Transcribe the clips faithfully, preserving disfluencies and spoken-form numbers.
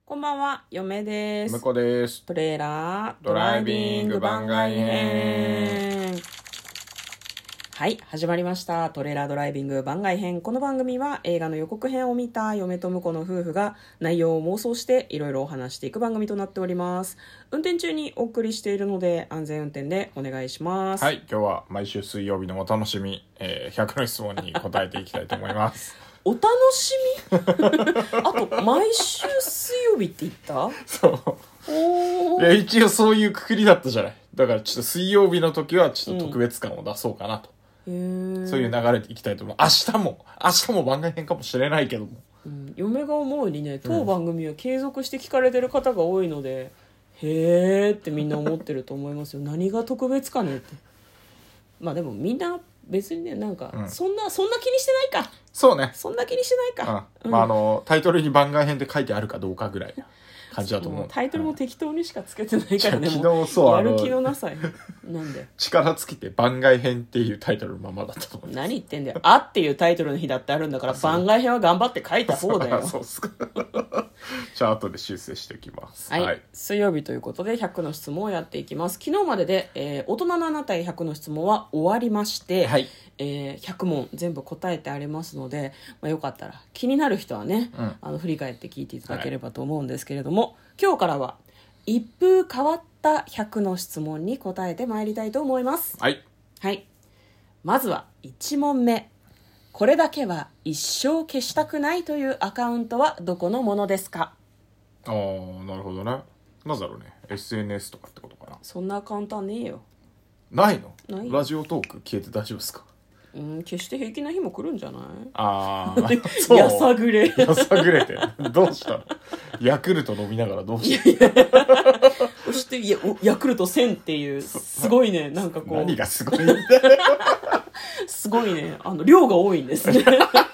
こんばんは、嫁です。 向こうです。 トレーラードドライライビングビング番番外外編。 編。 はい、始まりました。トレーラードライビング番外編。この番組は映画の予告編を見た嫁と婿の夫婦が内容を妄想していろいろお話していく番組となっております。運転中にお送りしているので安全運転でお願いします。 はい、今日は毎週水曜日のお楽しみ、えー、ひゃくの質問に答えていきたいと思います。 お楽しみあと、毎週水曜日って言った？ そう。 おー。 いや、一応そういうくくりだったじゃない。だからちょっと水曜日の時はちょっと特別感を出そうかなと。 へー。 そういう流れでいきたいと思う。明日も、明日も番外編かもしれないけども。 うん、嫁が思うにね、当番組は継続して聞かれてる方が多いので、うん、へーってみんな思ってると思いますよ。何が特別かねって。まあでもみんな別にね、なんか、 うん、 そんなそんな気にしてないか。 そうね。 そんな気にしてないか。 うん、まああのタイトルに番外編って書いてあるかどうかぐらいな感じだと思う。 タイトルも適当にしかつけてないからね。 昨日そう、 やる気のなさい。なんで力尽きて番外編っていうタイトルのままだったと思う。 何言ってんだよ。あっていうタイトルの日だってあるんだから、番外編は頑張って書いた方だよ。 そうっすか。じゃあ後で修正しておきます。 はい、 はい、 水曜日ということでひゃくの質問をやっていきます。昨日までで、えー、大人のあなたへひゃくの質問は終わりまして、 はい、 えー、ひゃく問全部答えてありますので、まあ、よかったら気になる人はね、うん、あの振り返って聞いていただければと思うんですけれども、はい、今日からは一風変わったひゃくの質問に答えてまいりたいと思います。 はい、 はい、まずはいち問目。これだけは一生消したくないというアカウントはどこのものですか？ ああ、なるほどね。なんだろうね、 エスエヌエス とかってことかな。 そんなアカウントはねえよ。 ないの？ ないラジオトーク消えて大丈夫ですか？ うん、決して平気な日も来るんじゃない？ ああ、そう。 やさぐれ。 やさぐれて。どうしたの？ヤクルト飲みながらどうしたの？ そしていやヤクルトせんっていうすごいね、なんかこう何がすごいんだよ。 すごいね、あの量が多いんですね。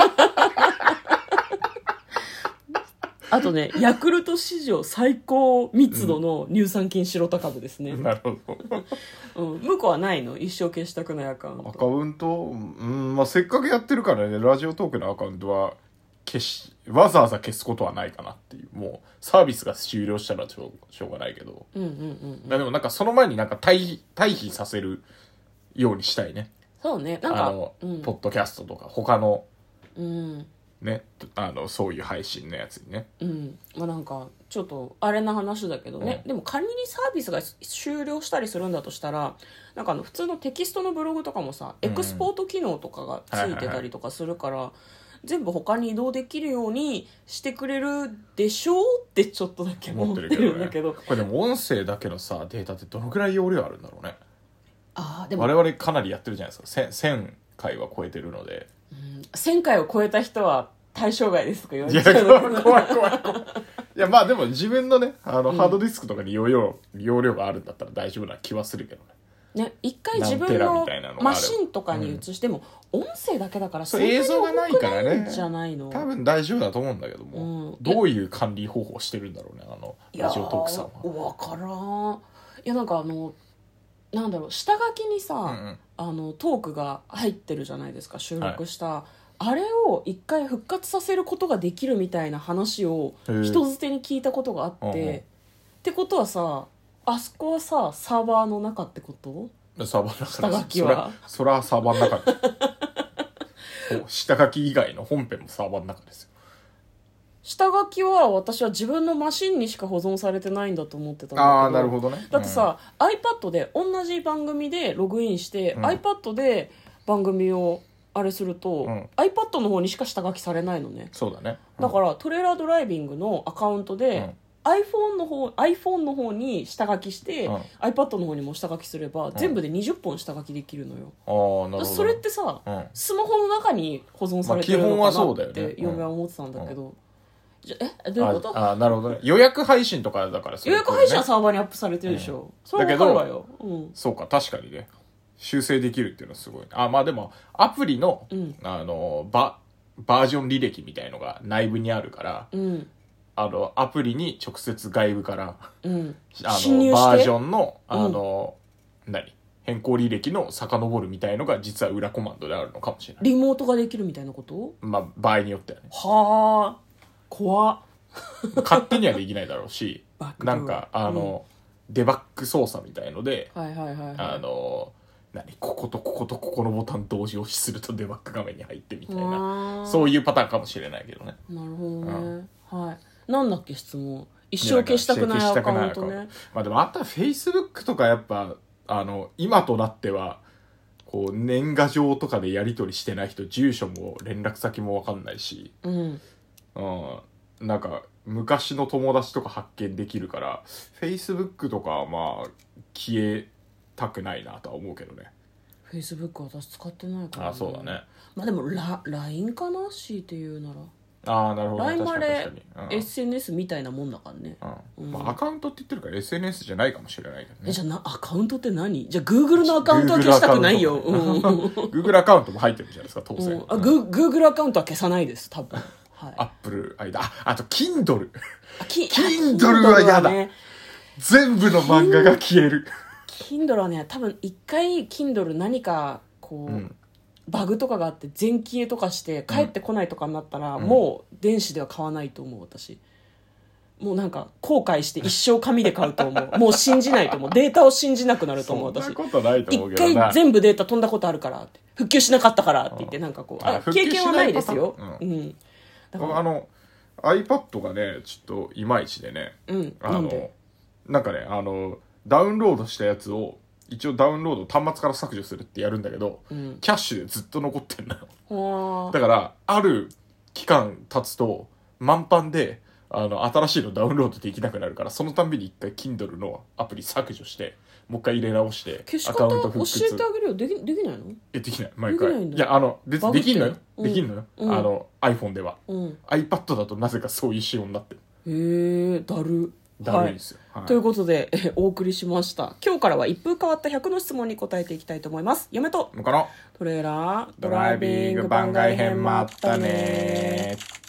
あとね、ヤクルト史上最高密度の乳酸菌白タ株ですね。 うん、なるほど。うん、向こうはないの？一生消したくないアカウント。 アカウント、うん、まあせっかくやってるからね、ラジオトークのアカウントは消し、わざわざ消すことはないかなっていう、もうサービスが終了したらしょう、しょうがないけど。 うんうんうん、うん。 でもなんかその前になんか退避、退避させるようにしたいね。 そうね、なんかあの、 うん、 ポッドキャストとか他の、 うん。 ね、あのそういう配信のやつにね。 うん、まあなんかちょっとあれな話だけどね、うん、でも仮にサービスが終了したりするんだとしたら、なんかあの普通のテキストのブログとかもさ、うん、エクスポート機能とかがついてたりとかするから、はいはいはい、全部他に移動できるようにしてくれるでしょうってちょっとだけ思ってるんだけど、 これでも音声だけのさデータってどのくらい容量あるんだろうね。 あでも我々かなりやってるじゃないですか。せんかいは超えてるので、 うん、せんかいを超えた人は対象外ですとか言われちゃう。いや、怖い怖い怖い怖い。いや、まあでも自分のね、あの、うん、ハードディスクとかに容量、容量があるんだったら大丈夫な気はするけどね。 ね、一回自分のマシンとかに移しても、うん、音声だけだからそう映像がないからね。 じゃないの。 多分大丈夫だと思うんだけども、うん、どういう管理方法をしてるんだろうね、あのラジオトークさんは。 わからん。いやなんかあのなんだろう、下書きにさ、うんうん、あのトークが入ってるじゃないですか、収録した。はい、あれを一回復活させることができるみたいな話を人づてに聞いたことがあって、うんうん、ってことはさ、あそこはさサーバーの中ってこと？ サーバーの中下書きはそれはサーバーの中下書き以外の本編もサーバーの中ですよ。 下書きは私は自分のマシンにしか保存されてないんだと思ってたんだけど。 ああ、なるほどね。 だってさ、うん、iPad で同じ番組でログインして、うん、iPad で番組をあれすると、うん、iPad の方にしか下書きされないのね。 そうだね。 うん、だからトレーラードライビングのアカウントで、うん、iPhone の方 iPhone の方に下書きして、うん、iPad の方にも下書きすれば、うん、全部でにじゅっぽん下書きできるのよ。 ああ、なるほど。 それってさ、うん、スマホの中に保存されてるのかなって嫁は思ってたんだけど、うんうん、じゃえどういうこと？ ああ、なるほどね。予約配信とかだから、 ね、予約配信はサーバーにアップされてるでしょ。うん、それは分かるわよ。うん、 そうか、確かにね。修正できるっていうのはすごい、ね。あ、まあでも、アプリの、 うん、 あの、バ、バージョン履歴みたいのが内部にあるから、 うん、 あの、アプリに直接外部から、 うん、 あの、バージョンの、あの、うん、何変更履歴の遡るみたいのが実は裏コマンドであるのかもしれない。 リモートができるみたいなこと？ まあ、場合によってはね。 はあ、怖っ。 勝手にはできないだろうしバックドアなんかあの、うん、デバッグ操作みたいので、 はいはいはいはい、 あの何こことこことここのボタン同時押しするとデバッグ画面に入ってみたいなそういうパターンかもしれないけどね。 なるほどね、うん、はい。なんだっけ質問。一生消したくないアカウントね。 まあでもあとは Facebook とかやっぱあの今となってはこう年賀状とかでやり取りしてない人住所も連絡先も分かんないし、 うん、 うん、なんか昔の友達とか発見できるから Facebook とかはまあ消えたくないなとは思うけどね。 Facebook 私使ってないから、ね、 あそうだね。 まあでも ライン かな強いて言うなら。 ああなるほど、ね、 ライン もあれ、 うん、 エスエヌエス みたいなもんだからね、 うんうんまあ、アカウントって言ってるから エスエヌエス じゃないかもしれないけどね。 えじゃあなアカウントって何？じゃあ Google のアカウントは消したくないよ。 Google アカウントも入ってるじゃないですか当然、うん、 あ Google アカウントは消さないです多分、はい、 Apple あああと Kindle あき Kindle は嫌だ、ね、全部の漫画が消える。 Kindle はね多分一回 Kindle 何かこう、うんバグとかがあって全消えとかして帰ってこないとかになったら、うん、もう電子では買わないと思う。私もうなんか後悔して一生紙で買うと思う。もう信じないと思う。データを信じなくなると思う。私そんなことないと思うけどな。 一回全部データ飛んだことあるからって復旧しなかったからって言ってなんかこうあ経験はないですよ、うんうん、 だからあの iPad がねちょっといまいちでね、 うん、 あの なんでなんかねあのダウンロードしたやつを一応ダウンロード端末から削除するってやるんだけど、うん、キャッシュでずっと残ってんのよ。だからある期間経つと満帆であの新しいのダウンロードできなくなるからそのたんびに一回 Kindle のアプリ削除してもう一回入れ直してアカウント復活。 教えてあげるよ。でき、できないの？ えできない毎回。いやあの別にできんのよ、うん、できんのよ、うん、あの iPhone では、うん、iPad だとなぜかそういう仕様になってる。 へえだるだるいですよ、 はいはい、ということでえお送りしました。今日からは一風変わったひゃくの質問に答えていきたいと思います。嫁と向こうのトレーラードライビング番外編もあったね。